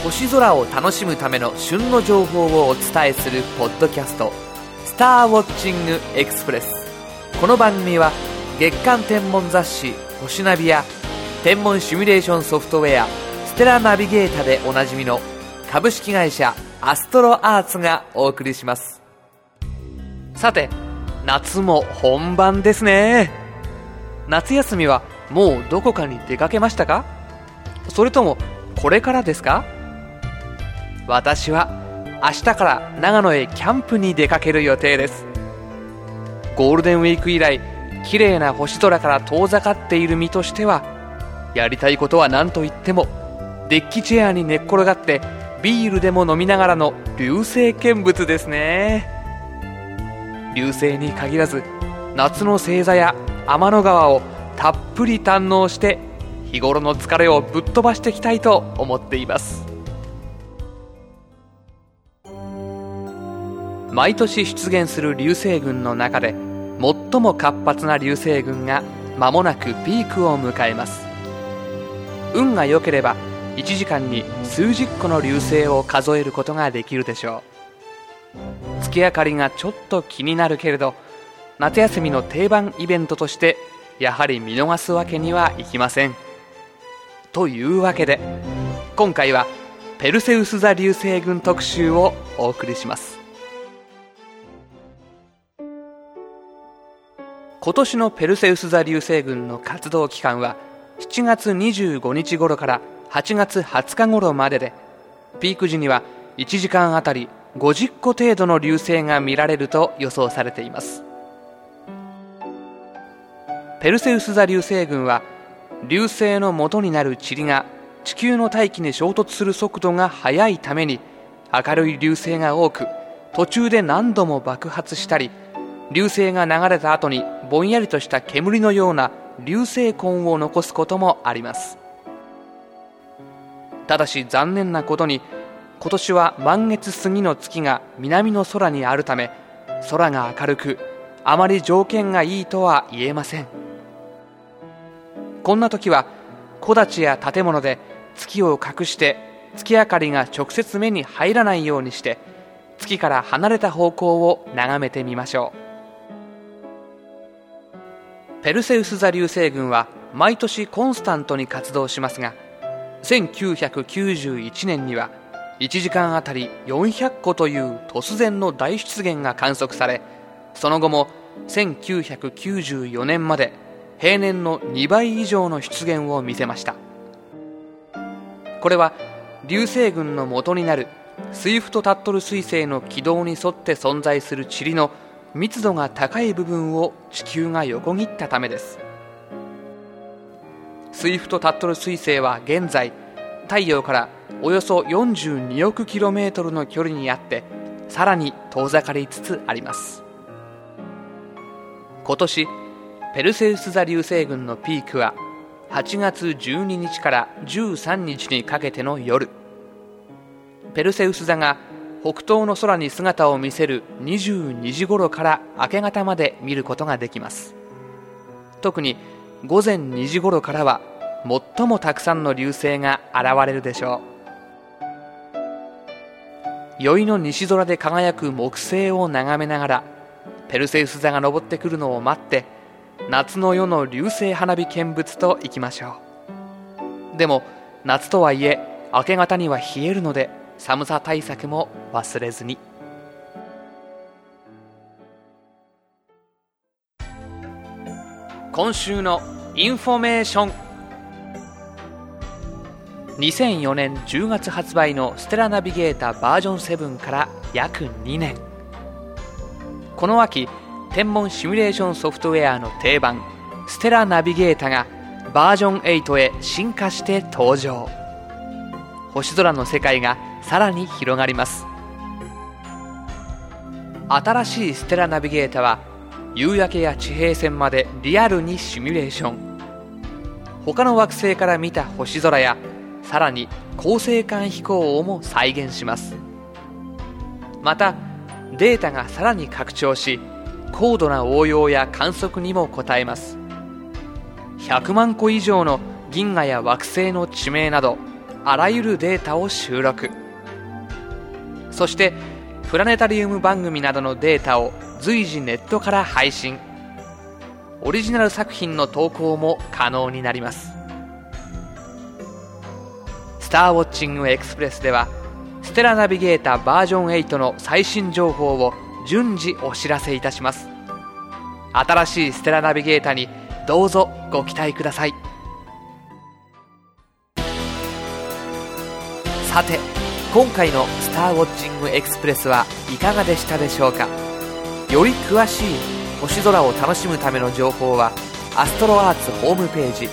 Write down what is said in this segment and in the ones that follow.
星空を楽しむための旬の情報をお伝えするポッドキャスト、スターウォッチングエクスプレス。この番組は月間天文雑誌星ナビや天文シミュレーションソフトウェアステラナビゲータでおなじみの株式会社アストロアーツがお送りします。さて、夏も本番ですね。夏休みはもうどこかに出かけましたか？それともこれからですか？私は明日から長野へキャンプに出かける予定です。ゴールデンウィーク以来、綺麗な星空から遠ざかっている身としては、やりたいことは何といってもデッキチェアに寝っ転がってビールでも飲みながらの流星見物ですね。流星に限らず、夏の星座や天の川をたっぷり堪能して日頃の疲れをぶっ飛ばしていきたいと思っています。毎年出現する流星群の中で最も活発な流星群が間もなくピークを迎えます。運が良ければ1時間に数十個の流星を数えることができるでしょう。月明かりがちょっと気になるけれど、夏休みの定番イベントとしてやはり見逃すわけにはいきません。というわけで今回はペルセウス座流星群特集をお送りします。今年のペルセウス座流星群の活動期間は7月25日頃から8月20日頃までで、ピーク時には1時間あたり50個程度の流星が見られると予想されています。ペルセウス座流星群は流星の元になる塵が地球の大気に衝突する速度が速いために、明るい流星が多く途中で何度も爆発したり、流星が流れた後にぼんやりとした煙のような流星痕を残すこともあります。ただし残念なことに、今年は満月過ぎの月が南の空にあるため、空が明るくあまり条件がいいとは言えません。こんな時は木立や建物で月を隠して、月明かりが直接目に入らないようにして、月から離れた方向を眺めてみましょう。ペルセウス座流星群は毎年コンスタントに活動しますが、1991年には1時間あたり400個という突然の大出現が観測され、その後も1994年まで平年の2倍以上の出現を見せました。これは流星群の元になるスイフトタットル彗星の軌道に沿って存在する塵の密度が高い部分を地球が横切ったためです。スイフトタットル彗星は現在太陽からおよそ42億キロメートルの距離にあって、さらに遠ざかりつつあります。今年ペルセウス座流星群のピークは8月12日から13日にかけての夜、ペルセウス座が北東の空に姿を見せる22時頃から明け方まで見ることができます。特に午前2時頃からは最もたくさんの流星が現れるでしょう。宵の西空で輝く木星を眺めながらペルセウス座が昇ってくるのを待って、夏の夜の流星花火見物といきましょう。でも夏とはいえ明け方には冷えるので、寒さ対策も忘れずに。今週のインフォメーション。2004年10月発売のステラナビゲータバージョン7から約2年。この秋、天文シミュレーションソフトウェアの定番ステラナビゲータがバージョン8へ進化して登場。星空の世界がさらに広がります。新しいステラナビゲータは夕焼けや地平線までリアルにシミュレーション。他の惑星から見た星空や、さらに恒星間飛行をも再現します。またデータがさらに拡張し、高度な応用や観測にも応えます。100万個以上の銀河や惑星の地名などあらゆるデータを収録。そしてプラネタリウム番組などのデータを随時ネットから配信。オリジナル作品の投稿も可能になります。スターウォッチングエクスプレスではステラナビゲータバージョン8の最新情報を順次お知らせいたします。新しいステラナビゲータにどうぞご期待ください。さて、今回のスターウォッチングエクスプレスはいかがでしたでしょうか。より詳しい星空を楽しむための情報はアストロアーツホームページ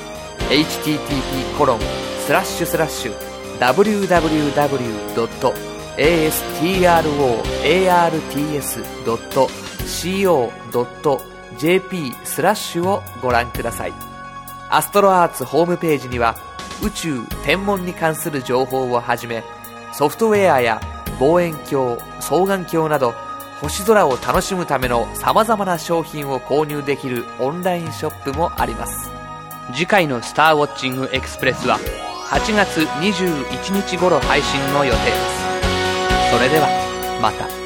http://www.astroarts.co.jp/ をご覧ください。アストロアーツホームページには宇宙天文に関する情報をはじめ、ソフトウェアや望遠鏡、双眼鏡など星空を楽しむための様々な商品を購入できるオンラインショップもあります。次回のスターウォッチングエクスプレスは8月21日頃配信の予定です。それではまた。